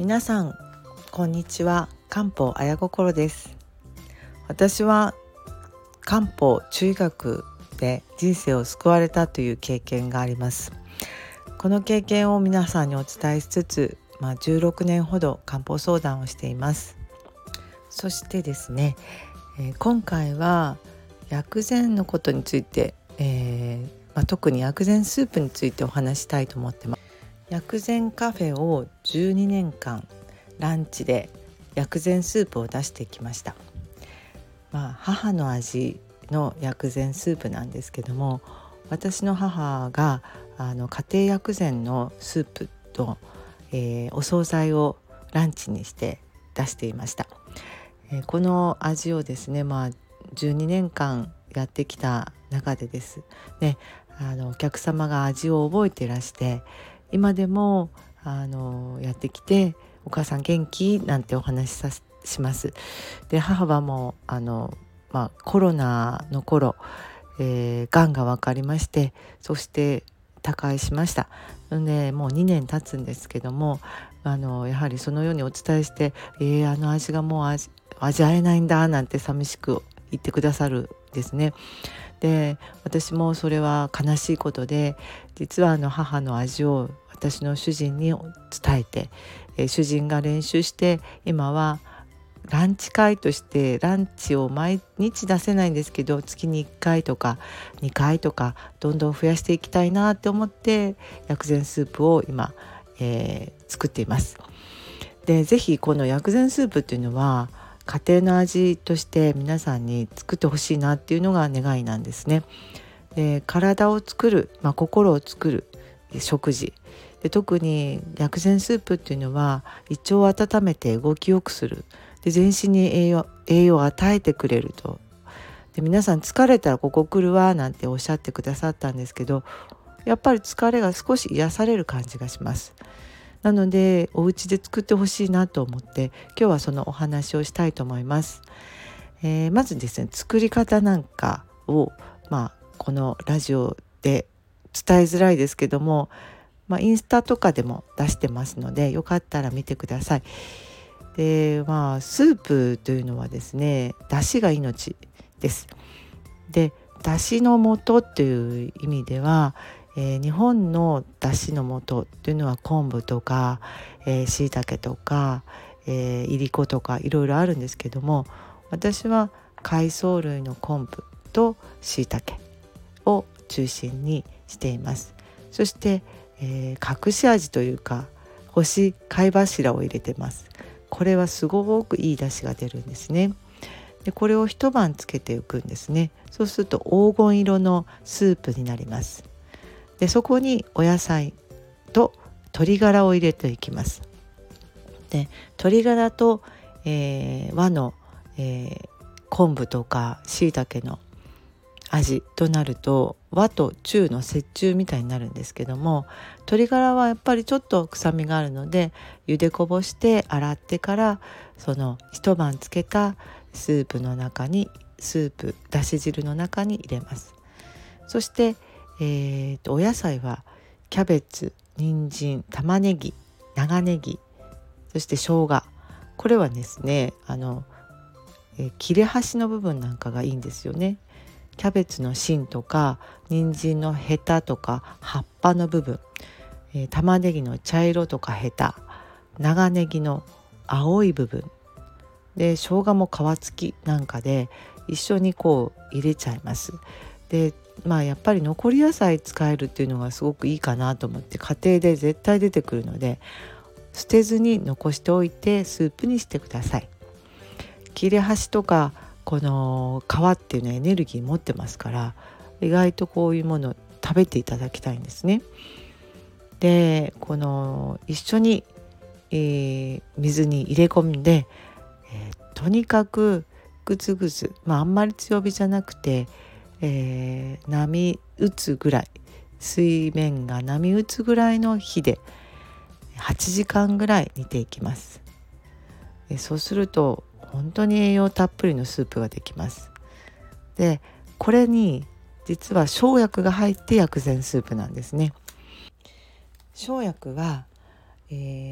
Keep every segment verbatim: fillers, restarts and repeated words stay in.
皆さんこんにちは。漢方あや心です。私は漢方中医学で人生を救われたという経験があります。この経験を皆さんにお伝えしつつ、まあ、じゅうろくねんほど漢方相談をしています。そしてですね、えー、今回は薬膳のことについて、えーまあ、特に薬膳スープについてお話したいと思ってます。薬膳カフェをじゅうにねんかんランチで薬膳スープを出してきました。まあ、母の味の薬膳スープなんですけども、私の母があの家庭薬膳のスープと、えー、お惣菜をランチにして出していました。えー、この味をですね、まあ、じゅうにねんかんやってきた中でですね、あのお客様が味を覚えていらして、今でもあのやってきてお母さん元気なんてお話しさします。で母はもうあの、まあ、コロナの頃、えー、がんが分かりまして、そして他界しました。でもうにねん経つんですけども、あのやはりそのようにお伝えして、えー、あの味がもう 味, 味わえないんだなんて寂しく言ってくださるですね。で私もそれは悲しいことで、実はあの母の味を私の主人に伝えて、えー、主人が練習して今はランチ会としてランチを毎日出せないんですけど、月にいっかいとかにかいとかどんどん増やしていきたいなって思って薬膳スープを今、えー、作っています。でぜひこの薬膳スープっていうのは家庭の味として皆さんに作ってほしいなっていうのが願いなんですね。で体を作る、まあ、心を作る食事で、特に薬膳スープっていうのは胃腸を温めて動きよくする、で全身に栄養、栄養を与えてくれると。で皆さん疲れたらここ来るわなんておっしゃってくださったんですけど、やっぱり疲れが少し癒される感じがします。なのでお家で作ってほしいなと思って今日はそのお話をしたいと思います。えー、まずですね、作り方なんかを、まあ、このラジオで伝えづらいですけども、まあ、インスタとかでも出してますのでよかったら見てください。でまあスープというのはですね、出汁が命です。で出汁の素という意味では、えー、日本の出汁の素というのは昆布とかしいたけとか、えー、いりことかいろいろあるんですけども、私は海藻類の昆布としいたけを中心にしています。そして、えー、隠し味というか干し貝柱を入れてます。これはすごくいい出汁が出るんですね。でこれを一晩つけておくんですね。そうすると黄金色のスープになります。でそこにお野菜と鶏ガラを入れていきます。で鶏ガラと、えー、和の、えー、昆布とかしいたけの味となると和と中の折衷みたいになるんですけども、鶏ガラはやっぱりちょっと臭みがあるので茹でこぼして洗ってから、その一晩つけたスープの中にスープだし汁の中に入れます。そして、えー、とお野菜はキャベツ、人参、玉ねぎ、長ネギ、そして生姜。これはですね、あの、えー、切れ端の部分なんかがいいんですよね。キャベツの芯とか人参のヘタとか葉っぱの部分、えー、玉ねぎの茶色とかヘタ、長ネギの青い部分で生姜も皮付きなんかで一緒にこう入れちゃいます。でまあやっぱり残り野菜使えるっていうのがすごくいいかなと思って、家庭で絶対出てくるので捨てずに残しておいてスープにしてください。切れ端とかこの皮っていうのはエネルギー持ってますから、意外とこういうものを食べていただきたいんですね。でこの一緒に、えー、水に入れ込んで、えー、とにかくグツグツ、まあ、あんまり強火じゃなくて、えー、波打つぐらい、水面が波打つぐらいの火ではちじかんぐらい煮ていきます。でそうすると本当に栄養たっぷりのスープができます。でこれに実は生薬が入って薬膳スープなんですね。生薬は、えー、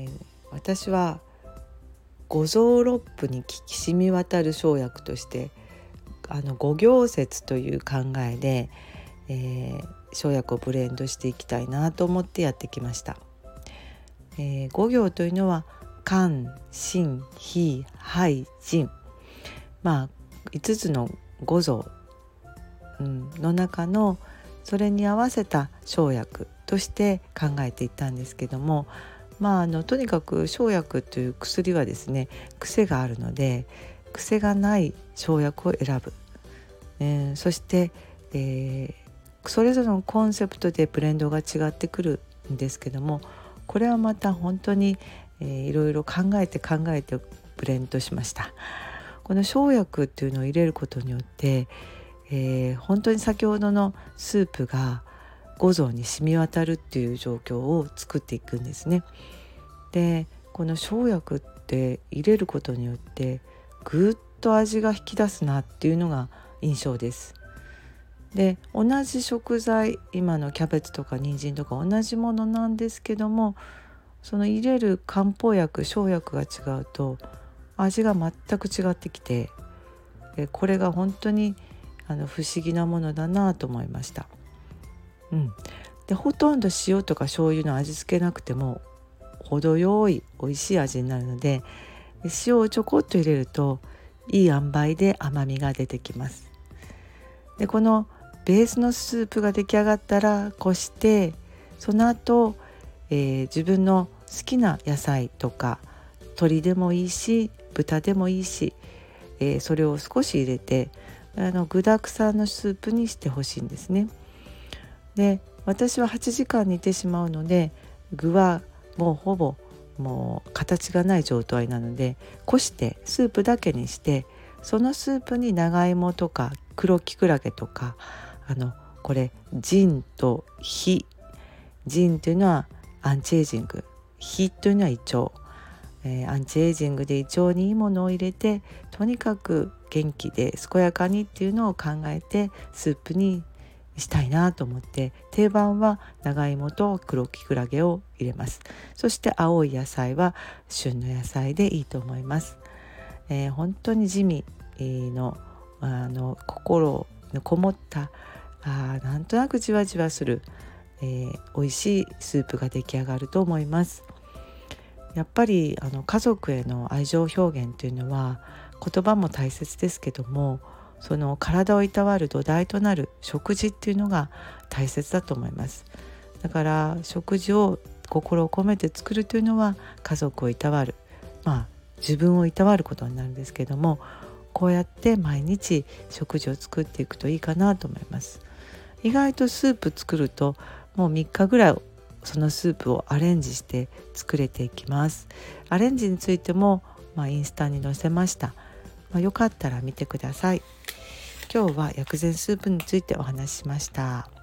私は五臓六腑に効き染み渡る生薬としてあの五行説という考えで、えー、生薬をブレンドしていきたいなと思ってやってきました。えー、五行というのは肝、心、脾、肺、腎、まあいつつの五臓、うん、の中のそれに合わせた生薬として考えていったんですけども、まあ、あのとにかく生薬という薬はですね癖があるので癖がない生薬を選ぶ、えー、そして、えー、それぞれのコンセプトでブレンドが違ってくるんですけども、これはまた本当に、えー、いろいろ考えて考えてブレンドしました。この生薬っていうのを入れることによって、えー、本当に先ほどのスープが五臓に染み渡るっていう状況を作っていくんですね。でこの生薬って入れることによってぐっと味が引き出すなっていうのが印象です。で同じ食材、今のキャベツとか人参とか同じものなんですけども、その入れる漢方薬生薬が違うと味が全く違ってきて、これが本当にあの不思議なものだなと思いました。うん、でほとんど塩とか醤油の味付けなくても程よい美味しい味になるので、塩をちょこっと入れるといい塩梅で甘みが出てきます。でこのベースのスープが出来上がったらこして、その後、えー、自分の好きな野菜とか鶏でもいいし豚でもいいし、えー、それを少し入れてあの具沢山のスープにしてほしいんですね。で私ははちじかん煮てしまうので具はもうほぼもう形がない状態なので、こしてスープだけにして、そのスープに長芋とか黒きくらげとか、あのこれ腎と脾、腎というのはアンチエイジング、脾というのは胃腸、えー、アンチエイジングで胃腸にいいものを入れて、とにかく元気で健やかにっていうのを考えてスープにしたいなと思って、定番は長芋と黒きくらげを入れます。そして青い野菜は旬の野菜でいいと思います。えー、本当に地味の、あの心のこもったあなんとなくじわじわする、えー、美味しいスープが出来上がると思います。やっぱりあの家族への愛情表現というのは言葉も大切ですけども、その体をいたわる土台となる食事っていうのが大切だと思います。だから食事を心を込めて作るというのは家族をいたわる、まあ自分をいたわることになるんですけども、こうやって毎日食事を作っていくといいかなと思います。意外とスープ作るともうみっかぐらいそのスープをアレンジして作れていきます。アレンジについても、まあ、インスタに載せました。まあ、よかったら見てください。今日は薬膳スープについてお話ししました。